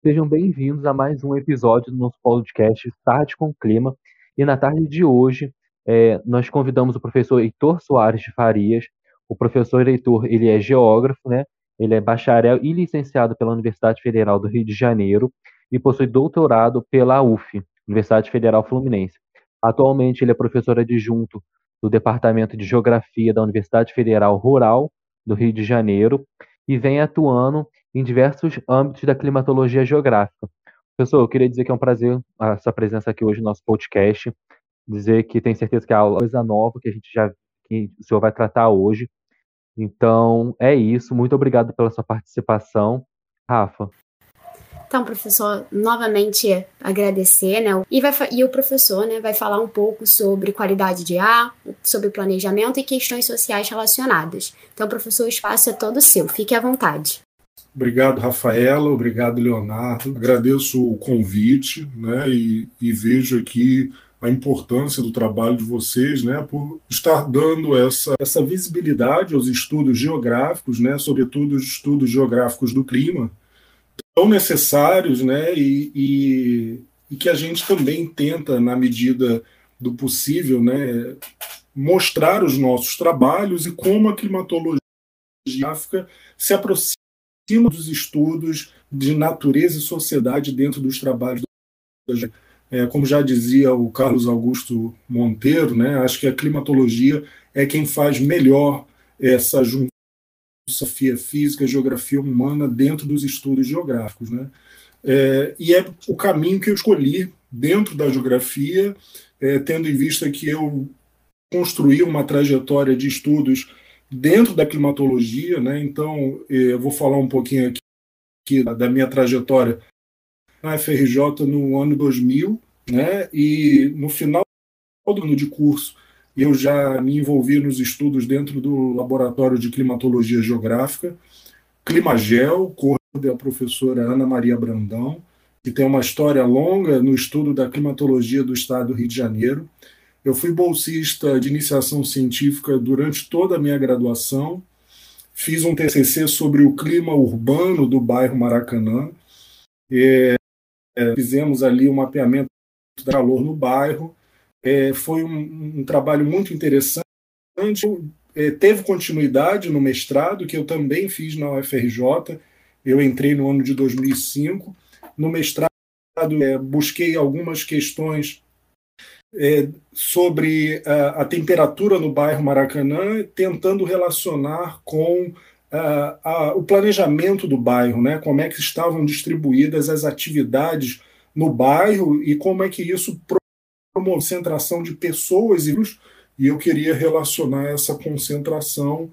Sejam bem-vindos a mais um episódio do nosso podcast Tarde com Clima. E na tarde de hoje, nós convidamos o professor Heitor Soares de Farias. O professor Heitor, ele é geógrafo, né? Ele é bacharel e licenciado pela Universidade Federal do Rio de Janeiro e possui doutorado pela UF, Universidade Federal Fluminense. Atualmente, ele é professor adjunto do Departamento de Geografia da Universidade Federal Rural do Rio de Janeiro e vem atuando em diversos âmbitos da climatologia geográfica. Professor, eu queria dizer que é um prazer a sua presença aqui hoje no nosso podcast, dizer que tenho certeza que é uma coisa nova que o senhor vai tratar hoje. Então, é isso. Muito obrigado pela sua participação. Rafa. Então, professor, novamente agradecer, né? E o professor, né, vai falar um pouco sobre qualidade de ar, sobre planejamento e questões sociais relacionadas. Então, professor, o espaço é todo seu. Fique à vontade. Obrigado, Rafaela. Obrigado, Leonardo. Agradeço o convite, né, e vejo aqui a importância do trabalho de vocês, né, por estar dando essa visibilidade aos estudos geográficos, né, sobretudo os estudos geográficos do clima, tão necessários, né, e que a gente também tenta, na medida do possível, né, mostrar os nossos trabalhos e como a climatologia geográfica se aproxima dos estudos de natureza e sociedade dentro dos trabalhos. Como já dizia o Carlos Augusto Monteiro, né, acho que a climatologia é quem faz melhor essa junção física e geografia humana dentro dos estudos geográficos, né? E é o caminho que eu escolhi dentro da geografia, tendo em vista que eu construí uma trajetória de estudos dentro da climatologia, né? Então, eu vou falar um pouquinho aqui da minha trajetória na FRJ no ano 2000, né? E no final do ano de curso, eu já me envolvi nos estudos dentro do Laboratório de Climatologia Geográfica, Climagel, corpo da professora Ana Maria Brandão, que tem uma história longa no estudo da climatologia do estado do Rio de Janeiro. Eu fui bolsista de iniciação científica durante toda a minha graduação, fiz um TCC sobre o clima urbano do bairro Maracanã, fizemos ali um mapeamento do calor no bairro, foi um trabalho muito interessante, teve continuidade no mestrado, que eu também fiz na UFRJ, eu entrei no ano de 2005, no mestrado busquei algumas questões sobre a temperatura no bairro Maracanã, tentando relacionar com o planejamento do bairro, né? Como é que estavam distribuídas as atividades no bairro e como é que isso promove concentração de pessoas, e eu queria relacionar essa concentração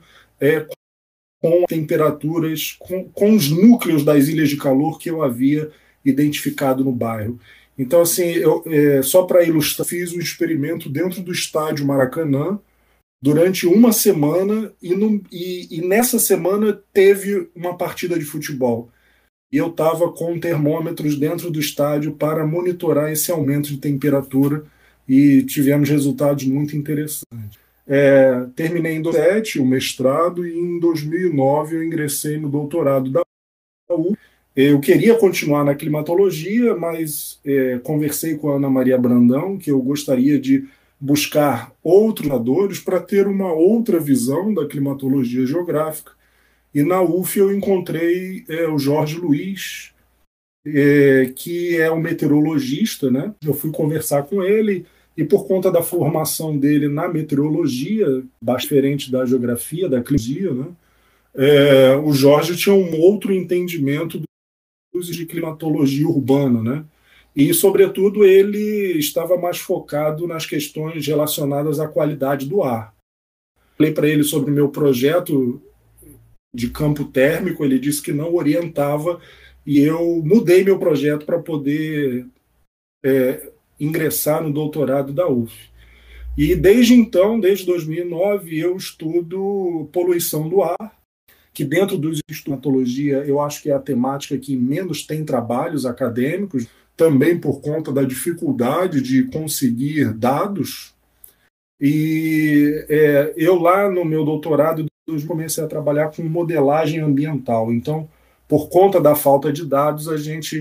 com temperaturas, com os núcleos das ilhas de calor que eu havia identificado no bairro. Então, assim, só para ilustrar, fiz um experimento dentro do estádio Maracanã durante uma semana e nessa semana teve uma partida de futebol. E eu estava com termômetros dentro do estádio para monitorar esse aumento de temperatura e tivemos resultados muito interessantes. Terminei em 2007 o mestrado e em 2009 eu ingressei no doutorado da UF. Eu queria continuar na climatologia, mas conversei com a Ana Maria Brandão que eu gostaria de buscar outros nadadores para ter uma outra visão da climatologia geográfica. E na UF eu encontrei o Jorge Luiz, que é um meteorologista, né? Eu fui conversar com ele e por conta da formação dele na meteorologia, bastante diferente da geografia, da climatologia, né? O Jorge tinha um outro entendimento de climatologia urbana, né? E, sobretudo, ele estava mais focado nas questões relacionadas à qualidade do ar. Falei para ele sobre o meu projeto de campo térmico, ele disse que não orientava, e eu mudei meu projeto para poder ingressar no doutorado da UF. E desde então, desde 2009, eu estudo poluição do ar, que dentro dos estudos de climatologia eu acho que é a temática que menos tem trabalhos acadêmicos, também por conta da dificuldade de conseguir dados. E eu lá no meu doutorado comecei a trabalhar com modelagem ambiental. Então, por conta da falta de dados, a gente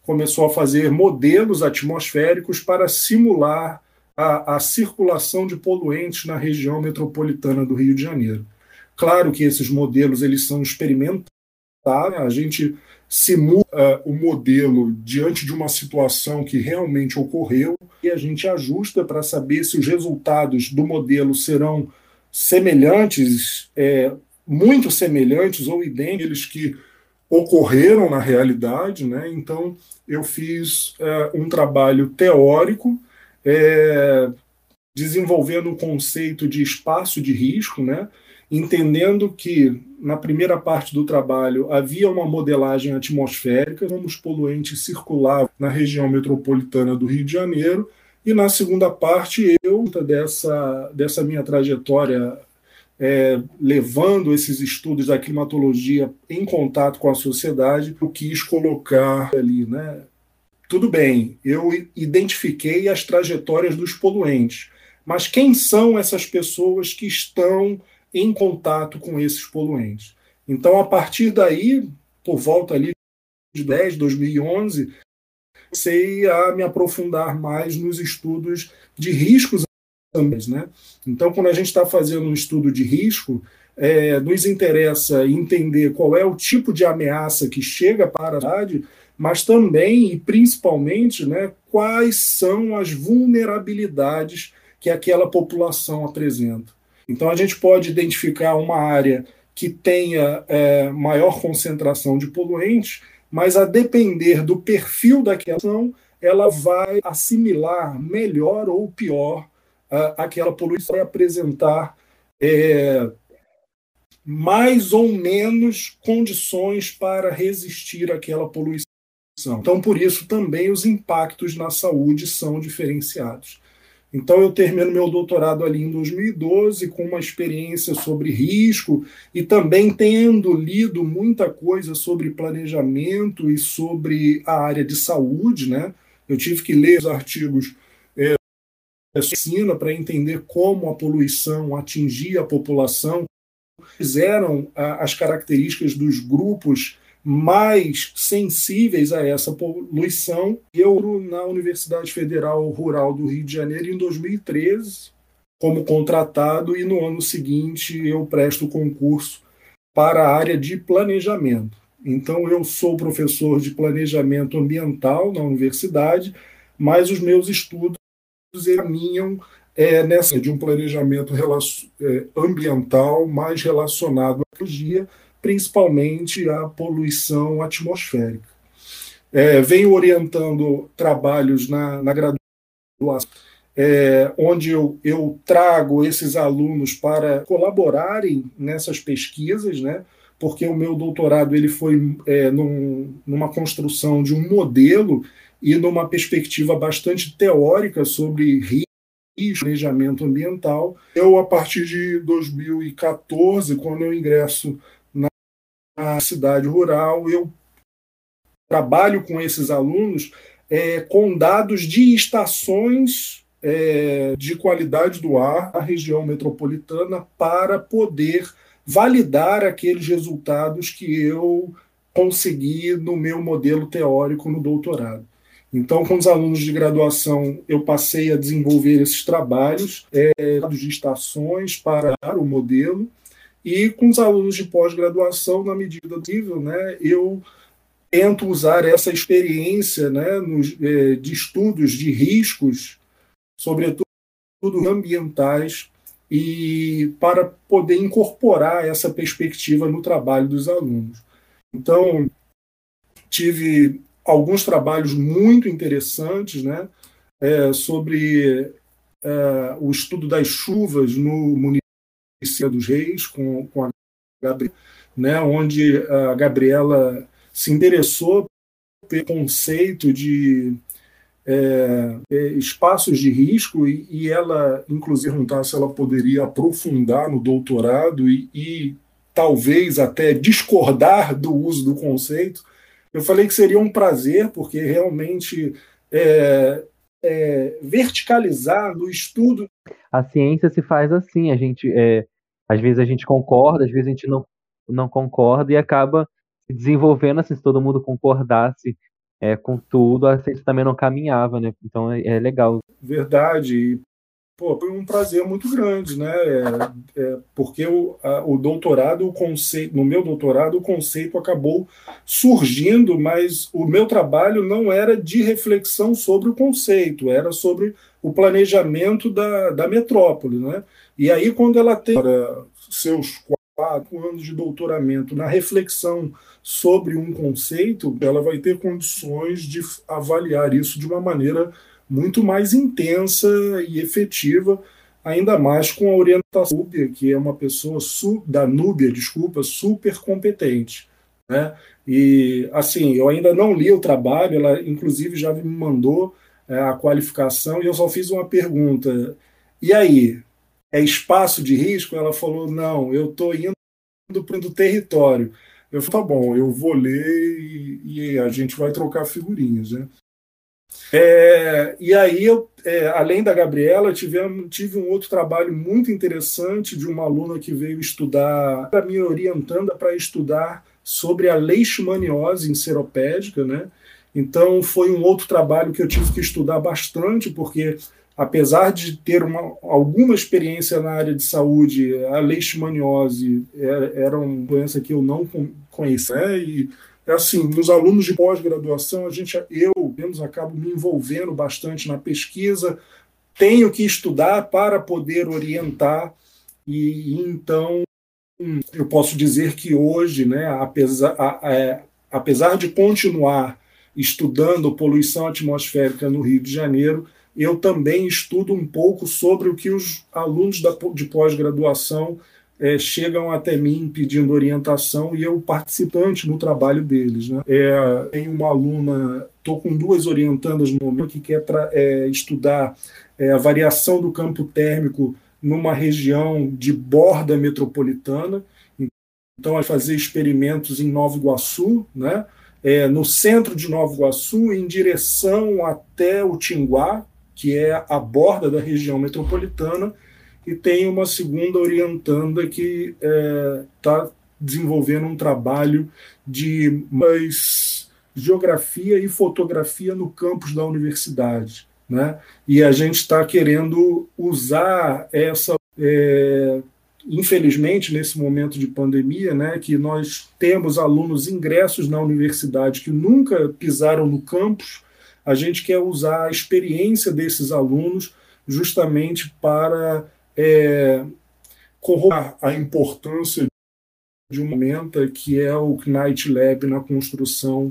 começou a fazer modelos atmosféricos para simular a circulação de poluentes na região metropolitana do Rio de Janeiro. Claro que esses modelos eles são experimentais, a gente simula o modelo diante de uma situação que realmente ocorreu e a gente ajusta para saber se os resultados do modelo serão semelhantes, muito semelhantes ou idênticos que ocorreram na realidade, né? Então, eu fiz um trabalho teórico desenvolvendo o conceito de espaço de risco, né? Entendendo que, na primeira parte do trabalho, havia uma modelagem atmosférica, como os poluentes circulavam na região metropolitana do Rio de Janeiro, e na segunda parte, dessa minha trajetória levando esses estudos da climatologia em contato com a sociedade, eu quis colocar ali, né? Tudo bem, eu identifiquei as trajetórias dos poluentes, mas quem são essas pessoas que estão em contato com esses poluentes? Então, a partir daí, por volta ali de 2011, comecei a me aprofundar mais nos estudos de riscos também, né? Então, quando a gente está fazendo um estudo de risco, nos interessa entender qual é o tipo de ameaça que chega para a cidade, mas também e principalmente, né, quais são as vulnerabilidades que aquela população apresenta. Então, a gente pode identificar uma área que tenha maior concentração de poluentes, mas a depender do perfil daquela ação, ela vai assimilar melhor ou pior aquela poluição, vai apresentar mais ou menos condições para resistir àquela poluição. Então, por isso, também os impactos na saúde são diferenciados. Então, eu termino meu doutorado ali em 2012 com uma experiência sobre risco e também tendo lido muita coisa sobre planejamento e sobre a área de saúde, né? Eu tive que ler os artigos para entender como a poluição atingia a população, fizeram as características dos grupos mais sensíveis a essa poluição. Eu, na Universidade Federal Rural do Rio de Janeiro, em 2013, como contratado, e no ano seguinte eu presto o concurso para a área de planejamento. Então, eu sou professor de planejamento ambiental na universidade, mas os meus estudos caminham nessa de um planejamento ambiental mais relacionado à ecologia, principalmente à poluição atmosférica. Venho orientando trabalhos na graduação, onde eu trago esses alunos para colaborarem nessas pesquisas, né? Porque o meu doutorado ele foi numa construção de um modelo e numa perspectiva bastante teórica sobre risco e planejamento ambiental. Eu, a partir de 2014, quando eu ingresso na cidade rural, eu trabalho com esses alunos com dados de estações de qualidade do ar na região metropolitana para poder validar aqueles resultados que eu consegui no meu modelo teórico no doutorado. Então, com os alunos de graduação, eu passei a desenvolver esses trabalhos de estações para o modelo, e com os alunos de pós-graduação, na medida do possível, né, eu tento usar essa experiência, né, de estudos de riscos, sobretudo ambientais, e para poder incorporar essa perspectiva no trabalho dos alunos. Então, tive alguns trabalhos muito interessantes, né, sobre o estudo das chuvas no município dos Reis, com a Gabriela, né, onde a Gabriela se interessou pelo conceito de espaços de risco, e ela, inclusive, perguntar se ela poderia aprofundar no doutorado e talvez até discordar do uso do conceito. Eu falei que seria um prazer, porque realmente verticalizar no estudo. A ciência se faz assim, às vezes a gente concorda, às vezes a gente não concorda e acaba se desenvolvendo assim, se todo mundo concordasse com tudo, a ciência também não caminhava, né? Então é legal. Verdade. Pô, foi um prazer muito grande, né? Porque o doutorado, no meu doutorado, o conceito acabou surgindo, mas o meu trabalho não era de reflexão sobre o conceito, era sobre o planejamento da metrópole, né? E aí, quando ela tem seus 4 anos de doutoramento na reflexão sobre um conceito, ela vai ter condições de avaliar isso de uma maneira muito mais intensa e efetiva, ainda mais com a orientação da Núbia, que é uma pessoa super competente, né? E assim, eu ainda não li o trabalho, ela inclusive já me mandou a qualificação, e eu só fiz uma pergunta: e aí, é espaço de risco? Ela falou: não, eu estou indo para o território. Eu falei: tá bom, eu vou ler e a gente vai trocar figurinhas, né? E aí, além da Gabriela, tive um outro trabalho muito interessante de uma aluna que veio estudar, me orientando para estudar sobre a leishmaniose enceropédica, né? Então, foi um outro trabalho que eu tive que estudar bastante, porque, apesar de ter alguma experiência na área de saúde, a leishmaniose era uma doença que eu não conhecia, né? E assim, nos alunos de pós-graduação, eu acabo me envolvendo bastante na pesquisa, tenho que estudar para poder orientar, e então eu posso dizer que hoje, né, apesar de continuar estudando poluição atmosférica no Rio de Janeiro, eu também estudo um pouco sobre o que os alunos de pós-graduação chegam até mim pedindo orientação, e eu participante no trabalho deles, né? Tem uma aluna, estou com 2 orientandas no momento, que quer estudar a variação do campo térmico numa região de borda metropolitana. Então, vai fazer experimentos em Nova Iguaçu, né? No centro de Nova Iguaçu, em direção até o Tinguá, que é a borda da região metropolitana. E tem uma segunda orientanda que está desenvolvendo um trabalho de geografia e fotografia no campus da universidade, né? E a gente está querendo usar infelizmente, nesse momento de pandemia, né, que nós temos alunos ingressos na universidade que nunca pisaram no campus, a gente quer usar a experiência desses alunos justamente para corroborar a importância de uma ferramenta que é o Knight Lab na construção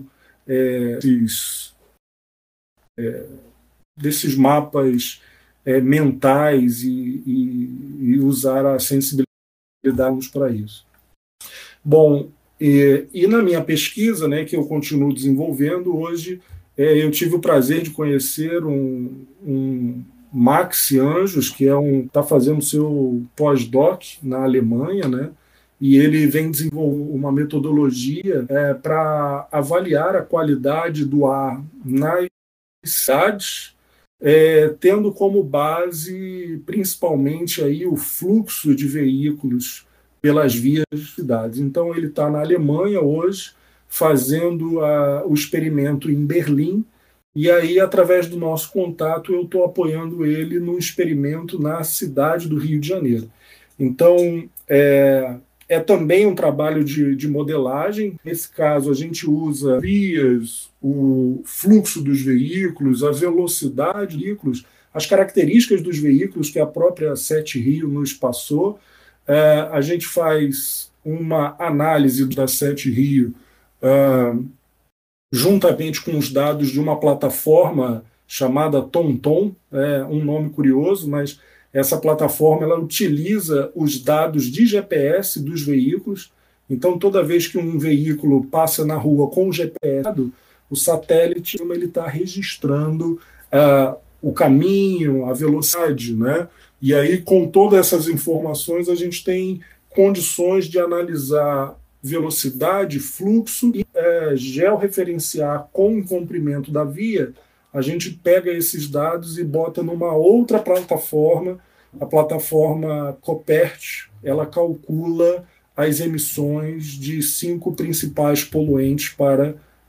desses mapas mentais e usar a sensibilidade para isso. Bom, e na minha pesquisa, né, que eu continuo desenvolvendo hoje, eu tive o prazer de conhecer um Maxi Anjos, que está fazendo seu pós-doc na Alemanha, né? E ele vem desenvolver uma metodologia para avaliar a qualidade do ar nas cidades, tendo como base principalmente aí o fluxo de veículos pelas vias das cidades. Então ele está na Alemanha hoje, fazendo o experimento em Berlim, e aí, através do nosso contato, eu estou apoiando ele no experimento na cidade do Rio de Janeiro. Então, é também um trabalho de modelagem. Nesse caso, a gente usa vias, o fluxo dos veículos, a velocidade dos veículos, as características dos veículos que a própria SET Rio nos passou. A gente faz uma análise da SET Rio juntamente com os dados de uma plataforma chamada TomTom, um nome curioso, mas essa plataforma ela utiliza os dados de GPS dos veículos. Então, toda vez que um veículo passa na rua com o GPS, o satélite está registrando o caminho, a velocidade, né? E aí, com todas essas informações, a gente tem condições de analisar velocidade, fluxo e georreferenciar com o comprimento da via. A gente pega esses dados e bota numa outra plataforma, a plataforma Copert. Ela calcula as emissões de 5 principais poluentes para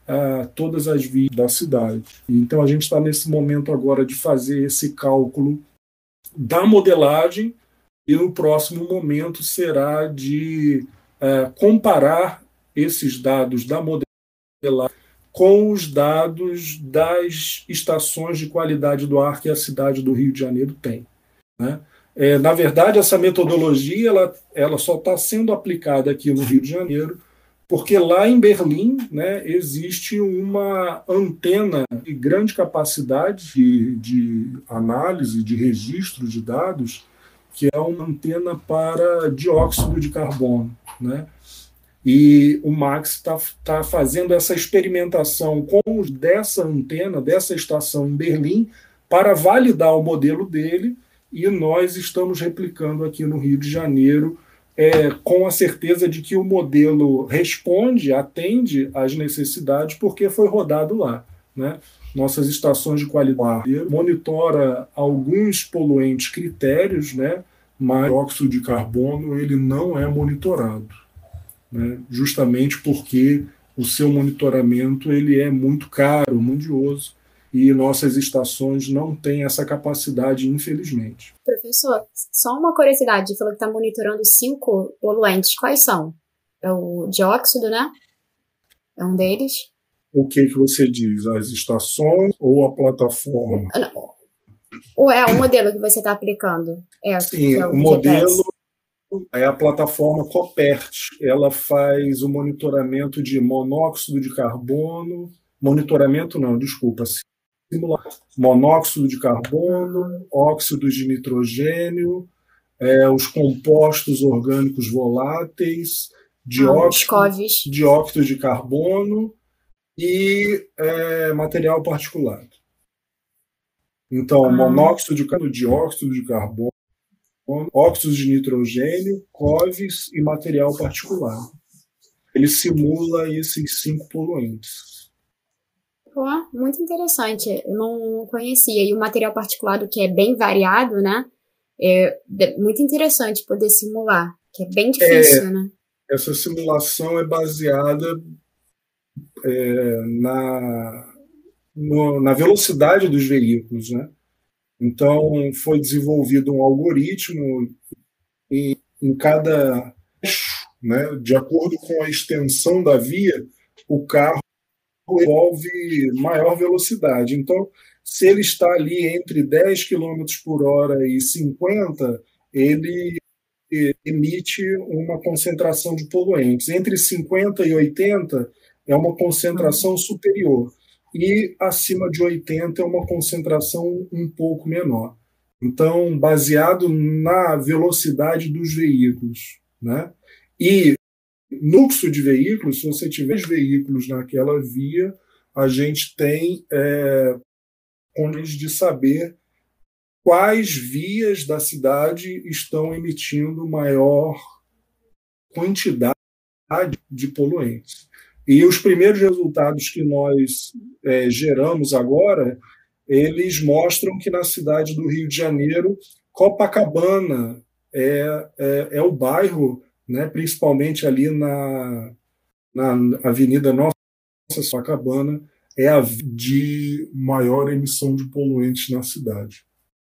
todas as vias da cidade. Então, a gente está nesse momento agora de fazer esse cálculo da modelagem, e no próximo momento será de comparar esses dados da modelagem com os dados das estações de qualidade do ar que a cidade do Rio de Janeiro tem, né? Na verdade, essa metodologia ela só está sendo aplicada aqui no Rio de Janeiro porque lá em Berlim, né, existe uma antena de grande capacidade de análise, de registro de dados, que é uma antena para dióxido de carbono, né? E o Max está fazendo essa experimentação com dessa antena, dessa estação em Berlim, para validar o modelo dele, e nós estamos replicando aqui no Rio de Janeiro, com a certeza de que o modelo responde, atende às necessidades, porque foi rodado lá, né? Nossas estações de qualidade monitora alguns poluentes critérios, né? Mas o dióxido de carbono ele não é monitorado, né? Justamente porque o seu monitoramento ele é muito caro, mundioso, e nossas estações não têm essa capacidade, infelizmente. Professor, só uma curiosidade, falou que está monitorando 5 poluentes, quais são? É o dióxido, né? É um deles? O que você diz? As estações ou a plataforma? Ou é o modelo que você está aplicando? Sim, o modelo é a plataforma Copert. Ela faz o monitoramento de monóxido de carbono, monóxido de carbono, óxidos de nitrogênio, os compostos orgânicos voláteis, dióxido de carbono e material particulado. Então, monóxido de carbono, dióxido de carbono, óxidos de nitrogênio, COVs e material particulado. Ele simula esses 5 poluentes. Pô, muito interessante, eu não conhecia. E o material particulado, que é bem variado, né? É muito interessante poder simular, que é bem difícil, né? Essa simulação é baseada na velocidade dos veículos, né? Então, foi desenvolvido um algoritmo em cada eixo, né? De acordo com a extensão da via, o carro envolve maior velocidade. Então, se ele está ali entre 10 km por hora e 50, ele emite uma concentração de poluentes. Entre 50 e 80 é uma concentração superior. E acima de 80 é uma concentração um pouco menor. Então, baseado na velocidade dos veículos, né? E no fluxo de veículos, se você tiver veículos naquela via, a gente tem condições de saber quais vias da cidade estão emitindo maior quantidade de poluentes. E os primeiros resultados que nós geramos agora, eles mostram que na cidade do Rio de Janeiro, Copacabana é o bairro, né, principalmente ali na Avenida Nossa Copacabana, é a de maior emissão de poluentes na cidade.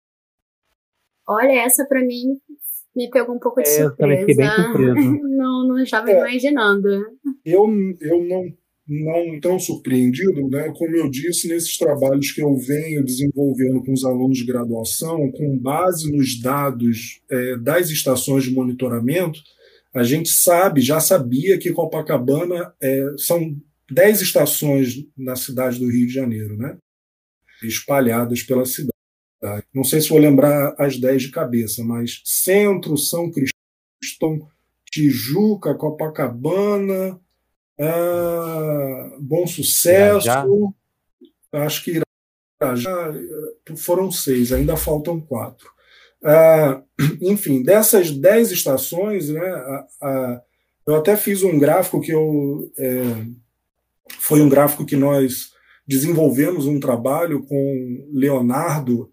Olha, essa para mim me pegou um pouco de surpresa. Eu também fiquei bem surpresa. Não estava imaginando. Eu não tão surpreendido, né? Como eu disse, nesses trabalhos que eu venho desenvolvendo com os alunos de graduação, com base nos dados das estações de monitoramento, a gente já sabia que Copacabana são 10 estações na cidade do Rio de Janeiro, né? Espalhadas pela cidade. Não sei se vou lembrar as 10 de cabeça, mas Centro, São Cristóvão, Tijuca, Copacabana, Bom Sucesso, acho que Irajá, foram 6, ainda faltam 4. Enfim, dessas 10 estações, né, eu até fiz um gráfico foi um gráfico que nós desenvolvemos um trabalho com Leonardo,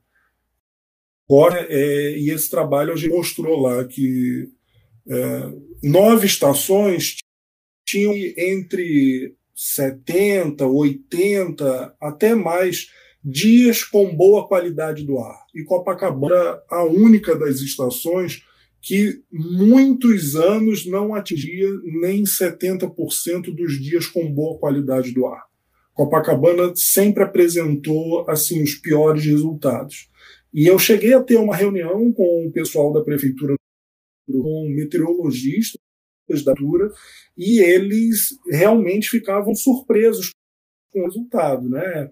e esse trabalho a gente mostrou lá que 9 estações tinham entre 70, 80, até mais dias com boa qualidade do ar. E Copacabana é a única das estações que muitos anos não atingia nem 70% dos dias com boa qualidade do ar. Copacabana sempre apresentou assim os piores resultados. E eu cheguei a ter uma reunião com o pessoal da prefeitura, com meteorologistas da prefeitura, e eles realmente ficavam surpresos com o resultado, né?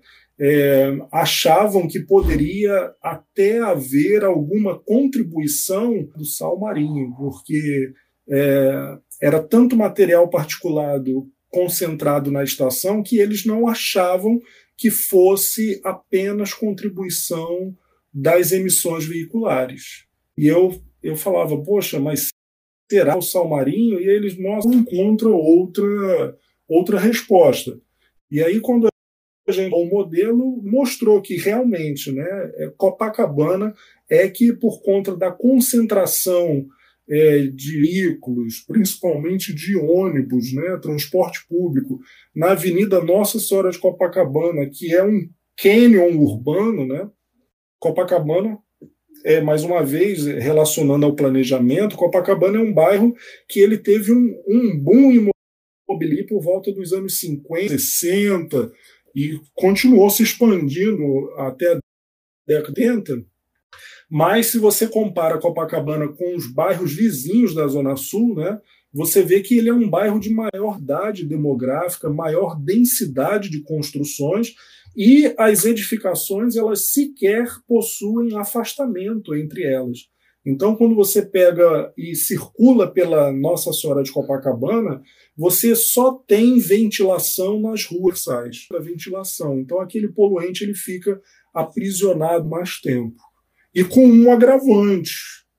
Achavam que poderia até haver alguma contribuição do sal marinho, porque era tanto material particulado concentrado na estação que eles não achavam que fosse apenas contribuição das emissões veiculares. E eu falava, poxa, mas será o sal marinho? E eles não encontram outra resposta. E aí, quando o modelo mostrou que realmente, né, Copacabana é que, por conta da concentração de veículos, principalmente de ônibus, né, transporte público, na Avenida Nossa Senhora de Copacabana, que é um cânion urbano, né, Copacabana, mais uma vez, relacionando ao planejamento, Copacabana é um bairro que ele teve um boom imobiliário por volta dos anos 50, 60, e continuou se expandindo até a década de 80. Mas se você compara Copacabana com os bairros vizinhos da Zona Sul, né, você vê que ele é um bairro de maior idade demográfica, maior densidade de construções, e as edificações elas sequer possuem afastamento entre elas. Então, quando você pega e circula pela Nossa Senhora de Copacabana, você só tem ventilação nas ruas, a ventilação. Então, aquele poluente ele fica aprisionado mais tempo. E com um agravante,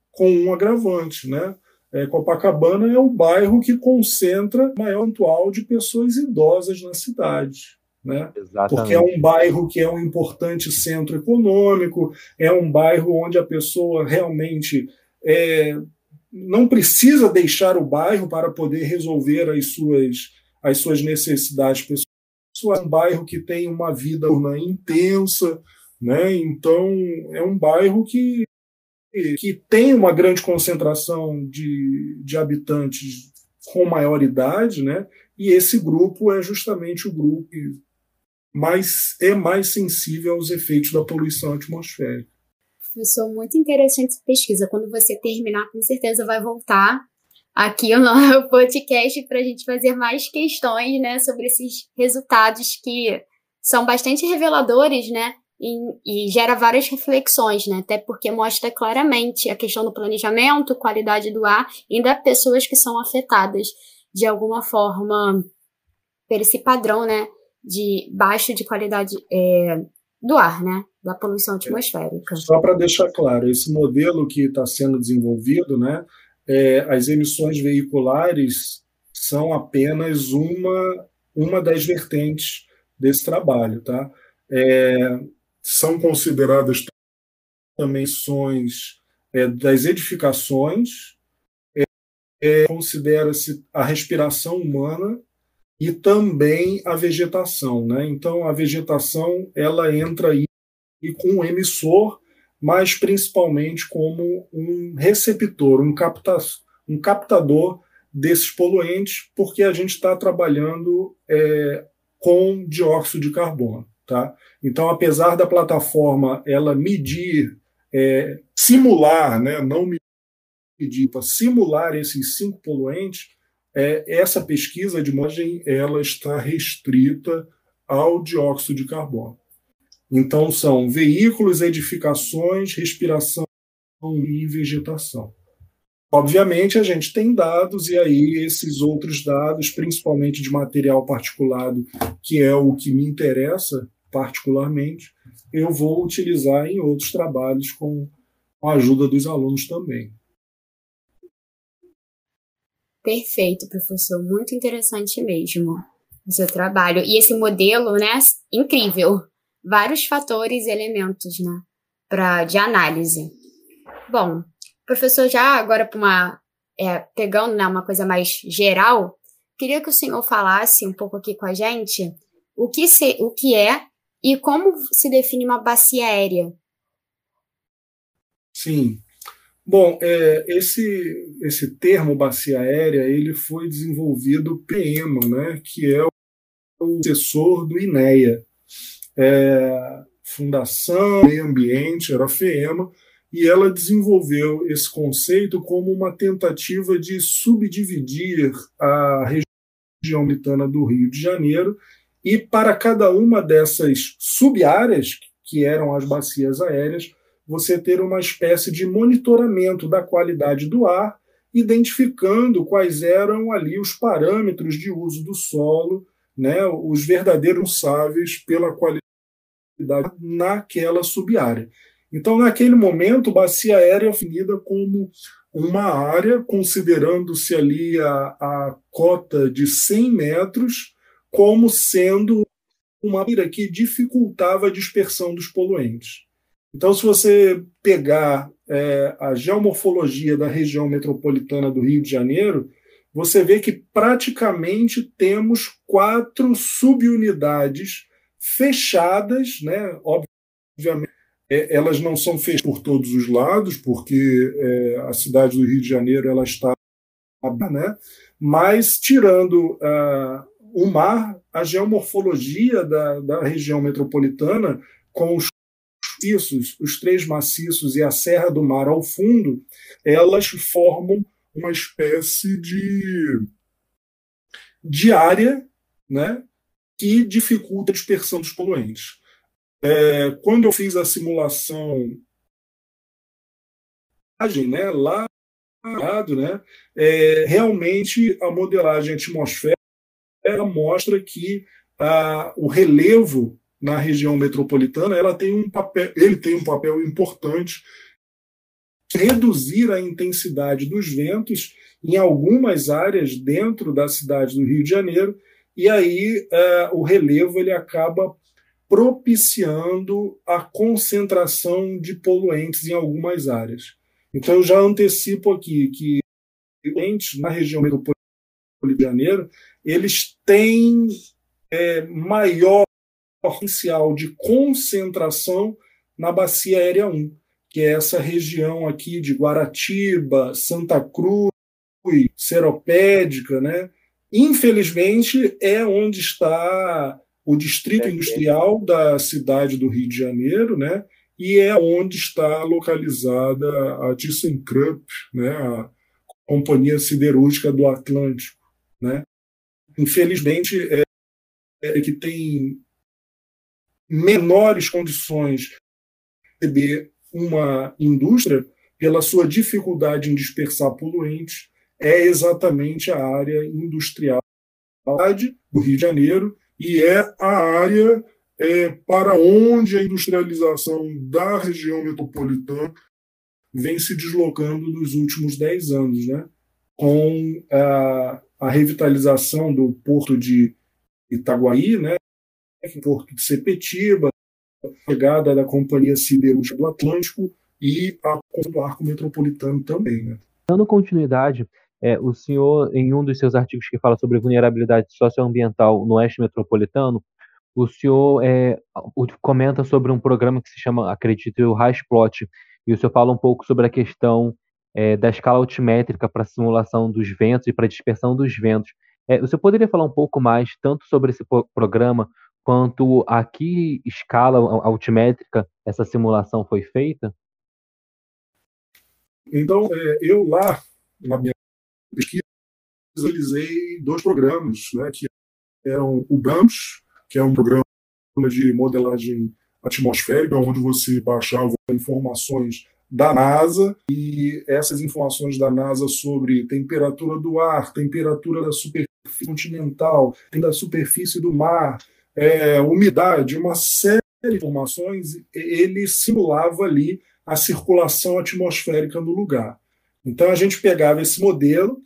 né? Copacabana é o bairro que concentra o maior percentual de pessoas idosas na cidade, né? Porque é um bairro que é um importante centro econômico, é um bairro onde a pessoa realmente não precisa deixar o bairro para poder resolver as suas necessidades pessoais. É um bairro que tem uma vida intensa, né? Então, é um bairro que tem uma grande concentração de habitantes com maior idade, né? E esse grupo é justamente o grupo que é mais sensível aos efeitos da poluição atmosférica. Professor, muito interessante essa pesquisa. Quando você terminar, com certeza vai voltar aqui no podcast para a gente fazer mais questões, né, sobre esses resultados que são bastante reveladores, né? E gera várias reflexões, né? Até porque mostra claramente a questão do planejamento, qualidade do ar, e ainda pessoas que são afetadas de alguma forma por esse padrão, né, de baixo de qualidade do ar, né, da poluição atmosférica. Só para deixar claro, esse modelo que está sendo desenvolvido, né, as emissões veiculares são apenas uma das vertentes desse trabalho, tá? São consideradas também emissões das edificações, considera-se a respiração humana e também a vegetação, né? Então, a vegetação ela entra aí com um emissor, mas principalmente como um receptor, um captador desses poluentes, porque a gente está trabalhando com dióxido de carbono. Tá? Então, apesar da plataforma ela medir, simular, né, não medir, para simular esses 5 poluentes, essa pesquisa de imagem ela está restrita ao dióxido de carbono. Então, são veículos, edificações, respiração e vegetação. Obviamente, a gente tem dados, e aí esses outros dados, principalmente de material particulado, que é o que me interessa particularmente, eu vou utilizar em outros trabalhos com a ajuda dos alunos também. Perfeito, professor. Muito interessante mesmo o seu trabalho. E esse modelo, né, incrível. Vários fatores e elementos, né, de análise. Bom, professor, já agora pegando, né, uma coisa mais geral, queria que o senhor falasse um pouco aqui com a gente o que é e como se define uma bacia aérea. Sim. Bom, esse termo bacia aérea ele foi desenvolvido pelo INEA, né, que é o sucessor do INEA. Fundação Meio Ambiente, era a FEEMA, e ela desenvolveu esse conceito como uma tentativa de subdividir a região metropolitana do Rio de Janeiro, e para cada uma dessas sub-áreas, que eram as bacias aéreas, você ter uma espécie de monitoramento da qualidade do ar, identificando quais eram ali os parâmetros de uso do solo, né, os verdadeiros responsáveis pela qualidade naquela sub-área. Então, naquele momento, bacia aérea é definida como uma área, considerando-se ali a cota de 100 metros, como sendo uma área que dificultava a dispersão dos poluentes. Então, se você pegar a geomorfologia da região metropolitana do Rio de Janeiro, você vê que praticamente temos 4 subunidades fechadas, né? Obviamente, elas não são fechadas por todos os lados, porque a cidade do Rio de Janeiro ela está, né? Mas tirando o mar, a geomorfologia da região metropolitana, com os maciços, os 3 maciços e a Serra do Mar ao fundo, elas formam uma espécie de área, né, que dificulta a dispersão dos poluentes. Quando eu fiz a simulação, né, lá, né, realmente a modelagem atmosférica mostra que o relevo na região metropolitana ele tem um papel importante de reduzir a intensidade dos ventos em algumas áreas dentro da cidade do Rio de Janeiro, e aí o relevo ele acaba propiciando a concentração de poluentes em algumas áreas. Então, eu já antecipo aqui que na região metropolitana do Rio de Janeiro, eles têm maior potencial de concentração na bacia aérea 1, que é essa região aqui de Guaratiba, Santa Cruz, Seropédica, né? Infelizmente, é onde está o distrito industrial da cidade do Rio de Janeiro, né? E é onde está localizada a ThyssenKrupp, né? A Companhia Siderúrgica do Atlântico, né? Infelizmente, que tem menores condições de receber uma indústria pela sua dificuldade em dispersar poluentes, é exatamente a área industrial do Rio de Janeiro, e é a área para onde a industrialização da região metropolitana vem se deslocando nos últimos 10 anos, né? Com a revitalização do porto de Itaguaí, né? Porto de Sepetiba, a chegada da Companhia Siderúrgica do Atlântico e do arco metropolitano também, né? Dando continuidade, o senhor, em um dos seus artigos que fala sobre vulnerabilidade socioambiental no oeste metropolitano, o senhor comenta sobre um programa que se chama, acredito eu, RASPLOT, e o senhor fala um pouco sobre a questão da escala altimétrica para a simulação dos ventos e para a dispersão dos ventos. O senhor poderia falar um pouco mais, tanto sobre esse programa, quanto a que escala altimétrica essa simulação foi feita? Então, eu lá, na minha pesquisa, realizei 2 programas, né, que eram o BRAMS, que é um programa de modelagem atmosférica, onde você baixava informações da NASA, e essas informações da NASA sobre temperatura do ar, temperatura da superfície continental, da superfície do mar, umidade, uma série de informações, ele simulava ali a circulação atmosférica no lugar. Então, a gente pegava esse modelo,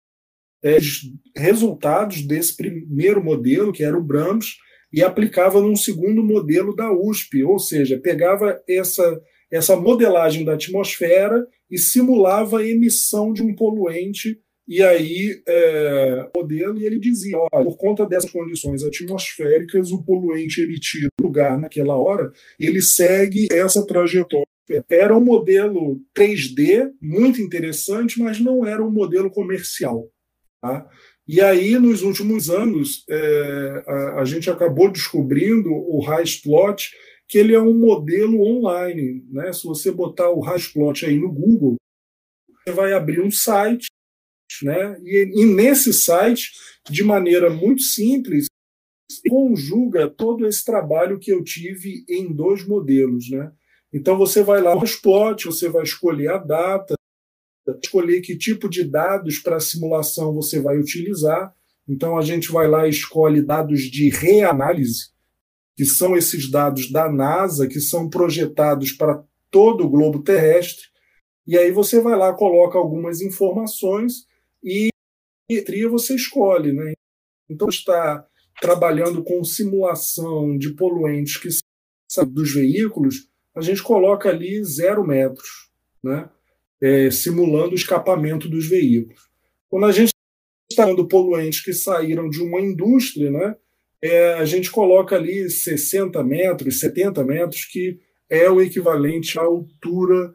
resultados desse primeiro modelo, que era o BRAMS, e aplicava num segundo modelo da USP, ou seja, pegava essa modelagem da atmosfera e simulava a emissão de um poluente E aí, o modelo, e ele dizia, olha, por conta dessas condições atmosféricas, o poluente emitido no lugar naquela hora, ele segue essa trajetória. Era um modelo 3D muito interessante, mas não era um modelo comercial. Tá? E aí, nos últimos anos, a gente acabou descobrindo o Haisplot, que ele é um modelo online. Né? Se você botar o Haisplot aí no Google, você vai abrir um site, né? E nesse site, de maneira muito simples, conjuga todo esse trabalho que eu tive em 2 modelos. Né? Então, você vai lá no Haisplot, você vai escolher a data, escolher que tipo de dados para a simulação você vai utilizar. Então, a gente vai lá e escolhe dados de reanálise, que são esses dados da NASA, que são projetados para todo o globo terrestre. E aí você vai lá, coloca algumas informações e você escolhe. Né? Então, está trabalhando com simulação de poluentes que são dos veículos, a gente coloca ali 0 metros, né? Simulando o escapamento dos veículos. Quando a gente está falando de poluentes que saíram de uma indústria, né, a gente coloca ali 60 metros, 70 metros, que é o equivalente à altura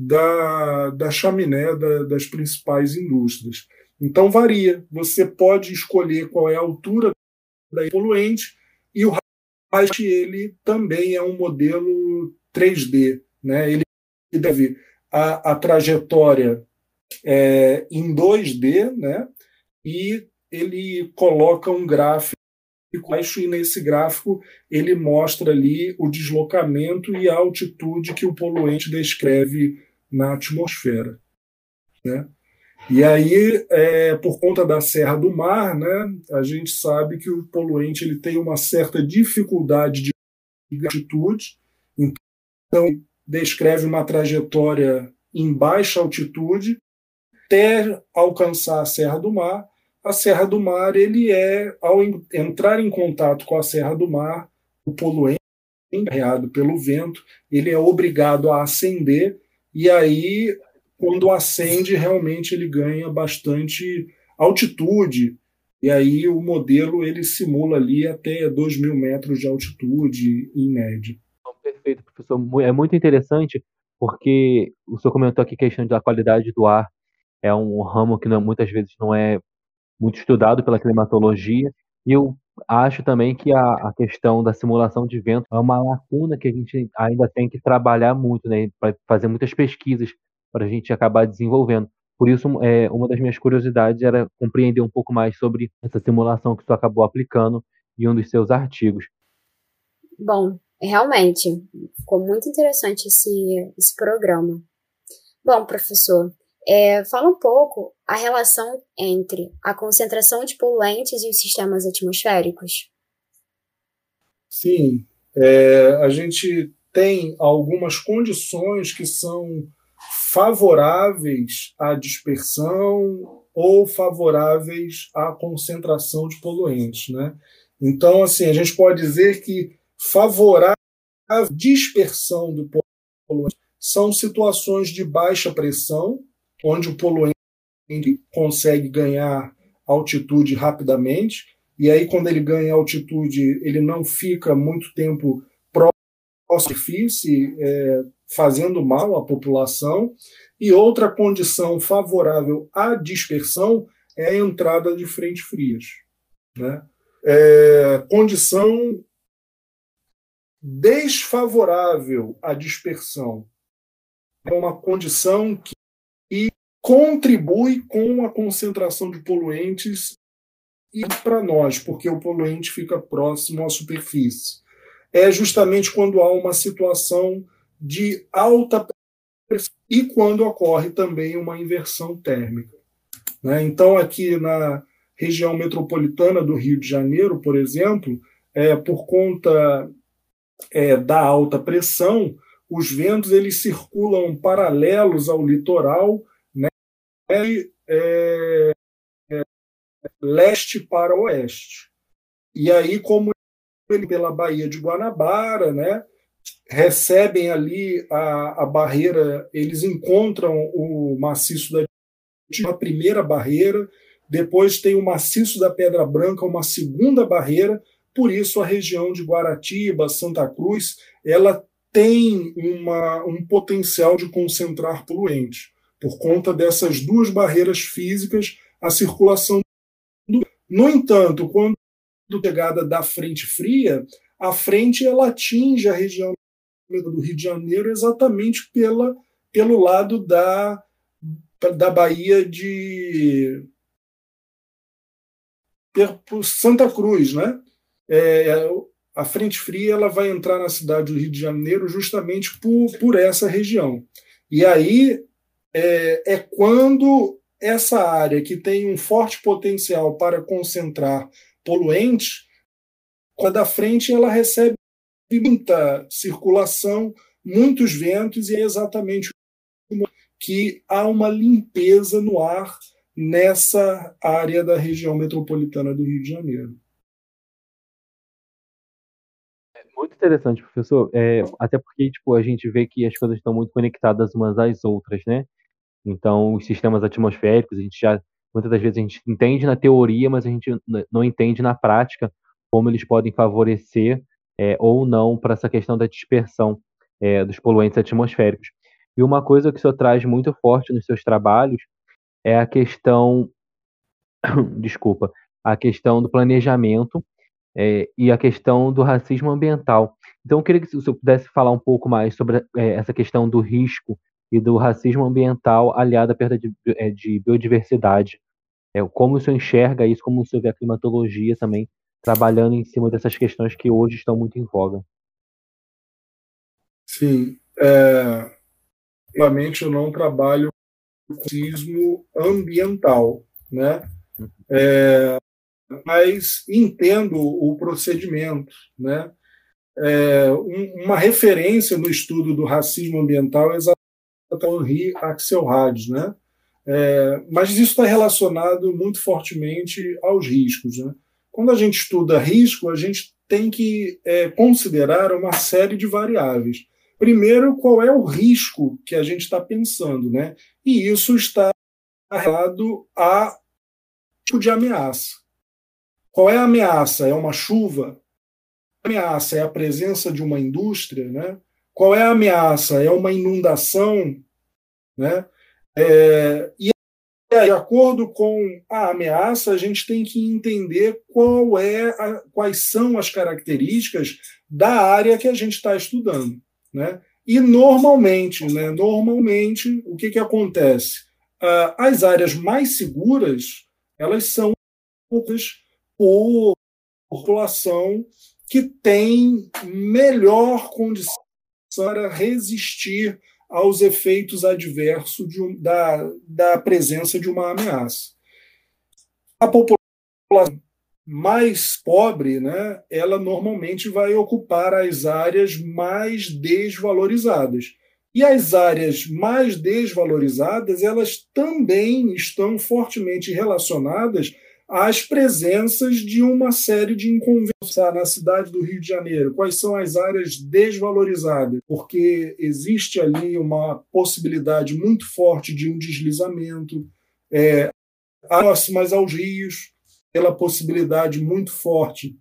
da chaminé das principais indústrias. Então varia. Você pode escolher qual é a altura da poluente, e o RAIS, ele também é um modelo 3D. Né? Ele deve a trajetória em 2D, né? E ele coloca um gráfico baixo, e nesse gráfico ele mostra ali o deslocamento e a altitude que o poluente descreve na atmosfera. Né? E aí, por conta da Serra do Mar, né, a gente sabe que o poluente ele tem uma certa dificuldade de altitude, então descreve uma trajetória em baixa altitude até alcançar a Serra do Mar. A Serra do Mar, ao entrar em contato com a Serra do Mar, o poluente, carregado pelo vento, ele é obrigado a ascender, e aí, quando ascende, realmente ele ganha bastante altitude, e aí o modelo ele simula ali até 2.000 metros de altitude, em média. Perfeito, professor. É muito interessante, porque o senhor comentou aqui a questão da qualidade do ar. É um ramo que muitas vezes não é muito estudado pela climatologia, e eu acho também que a questão da simulação de vento é uma lacuna que a gente ainda tem que trabalhar muito, né, para fazer muitas pesquisas para a gente acabar desenvolvendo. Por isso, uma das minhas curiosidades era compreender um pouco mais sobre essa simulação que o senhor acabou aplicando em um dos seus artigos. Bom, realmente, ficou muito interessante esse programa. Bom, professor, fala um pouco a relação entre a concentração de poluentes e os sistemas atmosféricos. Sim, a gente tem algumas condições que são favoráveis à dispersão ou favoráveis à concentração de poluentes. Né? Então, assim, a gente pode dizer que favorável à dispersão do poluente são situações de baixa pressão, onde o poluente consegue ganhar altitude rapidamente, e aí quando ele ganha altitude, ele não fica muito tempo próximo à superfície, fazendo mal à população. E outra condição favorável à dispersão é a entrada de frentes frias. Né? Condição desfavorável à dispersão é uma condição que contribui com a concentração de poluentes e para nós, porque o poluente fica próximo à superfície. É justamente quando há uma situação de alta pressão e quando ocorre também uma inversão térmica. Né? Então, aqui na região metropolitana do Rio de Janeiro, por exemplo, por conta da alta pressão, os ventos eles circulam paralelos ao litoral, né, leste para oeste. E aí, como ele pela Baía de Guanabara, né, recebem ali a barreira, eles encontram o maciço da uma primeira barreira, depois tem o maciço da Pedra Branca, uma segunda barreira. Por isso a região de Guaratiba, Santa Cruz, ela tem um potencial de concentrar poluentes. Por conta dessas duas barreiras físicas, a circulação. No entanto, quando a chegada da frente fria, a frente ela atinge a região do Rio de Janeiro exatamente pelo lado da Bahia de Santa Cruz, né? A frente fria ela vai entrar na cidade do Rio de Janeiro justamente por essa região. E aí é quando essa área que tem um forte potencial para concentrar poluentes, quando a frente ela recebe muita circulação, muitos ventos, e é exatamente que há uma limpeza no ar nessa área da região metropolitana do Rio de Janeiro. Muito interessante, professor. Até porque tipo, a gente vê que as coisas estão muito conectadas umas às outras, né? Então, os sistemas atmosféricos, muitas das vezes a gente entende na teoria, mas a gente não entende na prática como eles podem favorecer ou não para essa questão da dispersão dos poluentes atmosféricos. E uma coisa que o senhor traz muito forte nos seus trabalhos é a questão, desculpa, a questão do planejamento e a questão do racismo ambiental. Então, eu queria que o senhor pudesse falar um pouco mais sobre essa questão do risco e do racismo ambiental aliado à perda de biodiversidade. Como o senhor enxerga isso, como o senhor vê a climatologia também trabalhando em cima dessas questões que hoje estão muito em voga. Sim. Realmente eu não trabalho com racismo ambiental, né? Mas entendo o procedimento, né? Uma referência no estudo do racismo ambiental é exatamente o Henri Axelrad, né? Mas isso está relacionado muito fortemente aos riscos, né? Quando a gente estuda risco, a gente tem que considerar uma série de variáveis. Primeiro, qual é o risco que a gente está pensando, né? E isso está relacionado a tipo de ameaça. Qual é a ameaça? É uma chuva? A ameaça é a presença de uma indústria, né? Qual é a ameaça? É uma inundação, né? E de acordo com a ameaça, a gente tem que entender quais são as características da área que a gente está estudando, né? E normalmente, o que acontece? As áreas mais seguras, elas são por população que tem melhor condição para resistir aos efeitos adversos da presença de uma ameaça. A população mais pobre, né, ela normalmente vai ocupar as áreas mais desvalorizadas. E as áreas mais desvalorizadas, elas também estão fortemente relacionadas às presenças de uma série de inconvenientes na cidade do Rio de Janeiro. Quais são as áreas desvalorizadas? Porque existe ali uma possibilidade muito forte de um deslizamento, próximas aos rios, pela possibilidade muito forte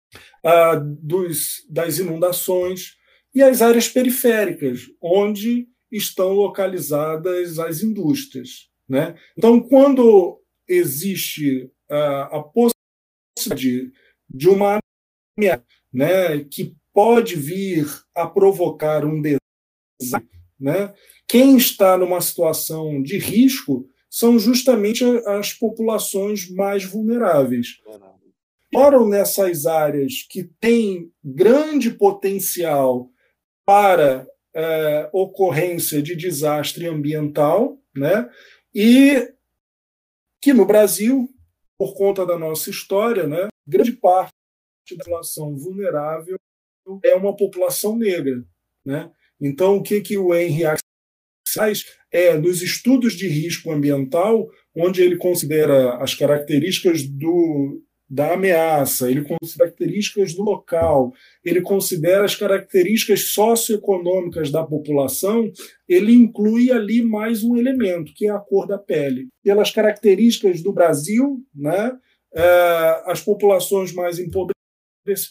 das inundações, e as áreas periféricas, onde estão localizadas as indústrias, né? Então, quando existe a possibilidade de uma ameaça, né, que pode vir a provocar um desastre, né, quem está numa situação de risco são justamente as populações mais vulneráveis. Moram nessas áreas que têm grande potencial para ocorrência de desastre ambiental, né, e que no Brasil, por conta da nossa história, né, grande parte da população vulnerável é uma população negra, né? Então, o que o Henri faz nos estudos de risco ambiental, onde ele considera as características da ameaça, ele considera as características do local, ele considera as características socioeconômicas da população, ele inclui ali mais um elemento, que é a cor da pele. Pelas características do Brasil, né, as populações mais empobrecidas,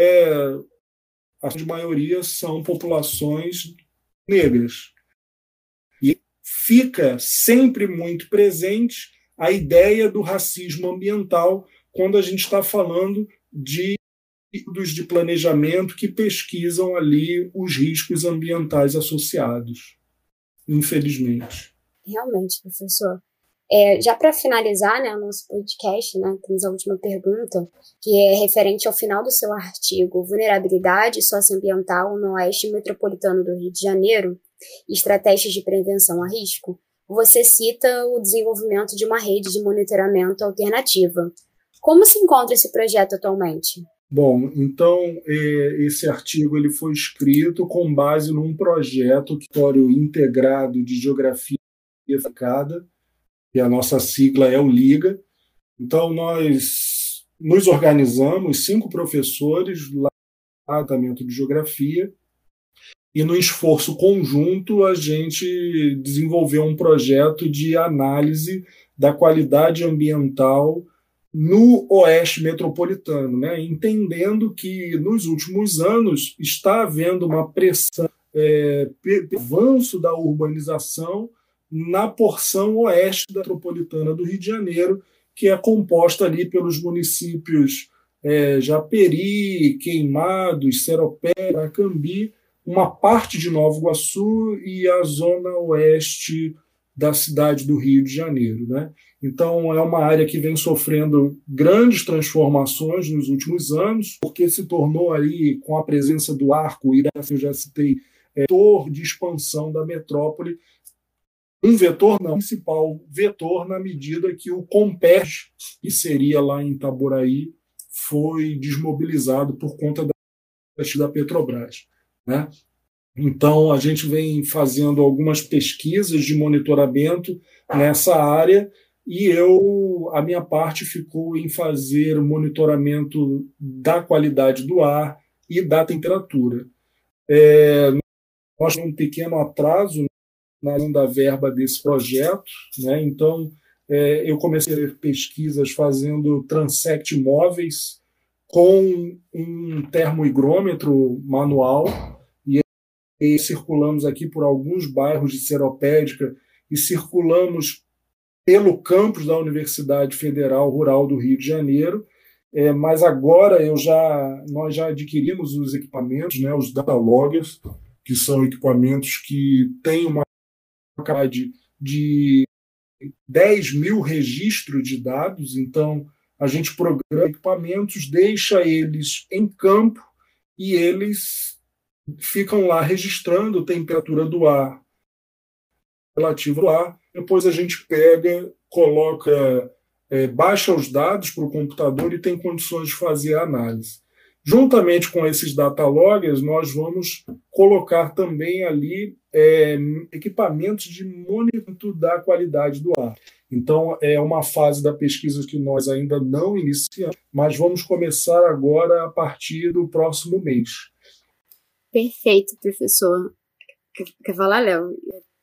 a maioria são populações negras. E fica sempre muito presente a ideia do racismo ambiental quando a gente está falando de estudos de planejamento que pesquisam ali os riscos ambientais associados, infelizmente. Realmente, professor. Já para finalizar, né, o nosso podcast, né, temos a última pergunta, que é referente ao final do seu artigo, Vulnerabilidade Socioambiental no Oeste Metropolitano do Rio de Janeiro, Estratégias de Prevenção a Risco. Você cita o desenvolvimento de uma rede de monitoramento alternativa. Como se encontra esse projeto atualmente? Bom, então esse artigo ele foi escrito com base num projeto integrado de geografia aplicada, e a nossa sigla é o LIGA. Então, nós nos organizamos, 5 professores lá no departamento de geografia, e no esforço conjunto a gente desenvolveu um projeto de análise da qualidade ambiental no Oeste Metropolitano, né? Entendendo que nos últimos anos está havendo uma pressão, avanço da urbanização na porção oeste da metropolitana do Rio de Janeiro, que é composta ali pelos municípios Japeri, Queimados, Seropé, Aracambi, uma parte de Nova Iguaçu e a zona oeste da cidade do Rio de Janeiro, né? Então, é uma área que vem sofrendo grandes transformações nos últimos anos, porque se tornou ali, com a presença do arco-íris, eu já citei, vetor de expansão da metrópole, um vetor não, principal vetor na medida que o Comperj, que seria lá em Itaboraí, foi desmobilizado por conta da Petrobras, né? Então, a gente vem fazendo algumas pesquisas de monitoramento nessa área e a minha parte ficou em fazer o monitoramento da qualidade do ar e da temperatura. Nós temos um pequeno atraso da verba desse projeto, né? Então, eu comecei a fazer pesquisas fazendo transect móveis com um termohigrômetro manual, e circulamos aqui por alguns bairros de Seropédica e circulamos pelo campus da Universidade Federal Rural do Rio de Janeiro, mas agora nós já adquirimos os equipamentos, né, os data loggers, que são equipamentos que têm uma capacidade de 10 mil registros de dados. Então, a gente programa equipamentos, deixa eles em campo e eles ficam lá registrando a temperatura do ar, relativa ao ar. Depois a gente pega, coloca, baixa os dados para o computador e tem condições de fazer a análise. Juntamente com esses data loggers, nós vamos colocar também ali equipamentos de monitoramento da qualidade do ar. Então, é uma fase da pesquisa que nós ainda não iniciamos, mas vamos começar agora a partir do próximo mês. Perfeito, professor. Quer falar, Léo?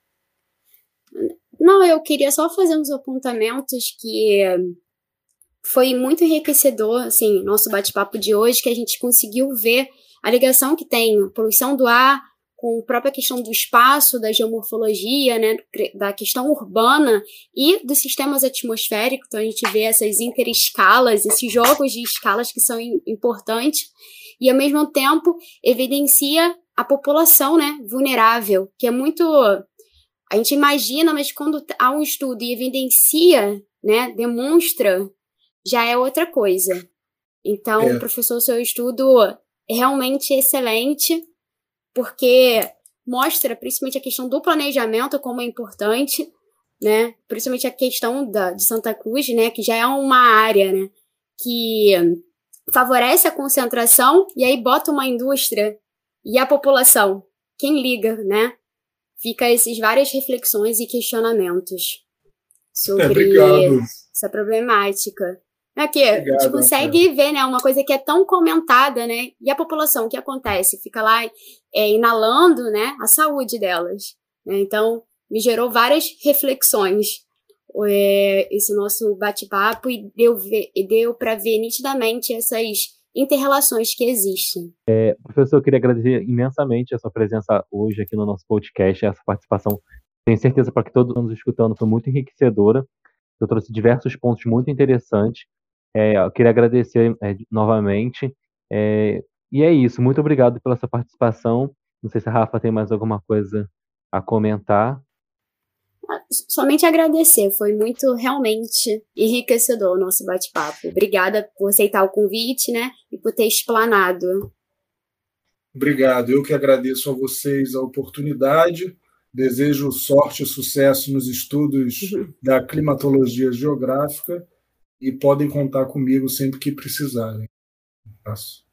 Não, eu queria só fazer uns apontamentos que foi muito enriquecedor, assim, nosso bate-papo de hoje, que a gente conseguiu ver a ligação que tem a poluição do ar com a própria questão do espaço, da geomorfologia, né, da questão urbana e dos sistemas atmosféricos. Então a gente vê essas interescalas, esses jogos de escalas que são importantes e, ao mesmo tempo, evidencia a população, né, vulnerável, que é muito... A gente imagina, mas quando há um estudo e evidencia, né, demonstra, já é outra coisa. Então, professor, seu estudo é realmente excelente, porque mostra principalmente a questão do planejamento como é importante, né? Principalmente a questão de Santa Cruz, né, que já é uma área, né, que favorece a concentração e aí bota uma indústria e a população, quem liga, né? Fica essas várias reflexões e questionamentos sobre essa problemática. Aqui, a gente consegue ver, né, uma coisa que é tão comentada, né, e a população, o que acontece? Fica lá inalando, né, a saúde delas. Né? Então, me gerou várias reflexões esse nosso bate-papo e deu para ver nitidamente essas inter-relações que existem. Professor, eu queria agradecer imensamente a sua presença hoje aqui no nosso podcast, essa participação. Tenho certeza para que todos nos escutando foi muito enriquecedora. Eu trouxe diversos pontos muito interessantes. Eu queria agradecer novamente. E é isso. Muito obrigado pela sua participação. Não sei se a Rafa tem mais alguma coisa a comentar. Somente agradecer. Foi muito, realmente, enriquecedor o nosso bate-papo. Obrigada por aceitar o convite, né? E por ter explanado. Obrigado. Eu que agradeço a vocês a oportunidade. Desejo sorte e sucesso nos estudos da climatologia geográfica e podem contar comigo sempre que precisarem. Um abraço.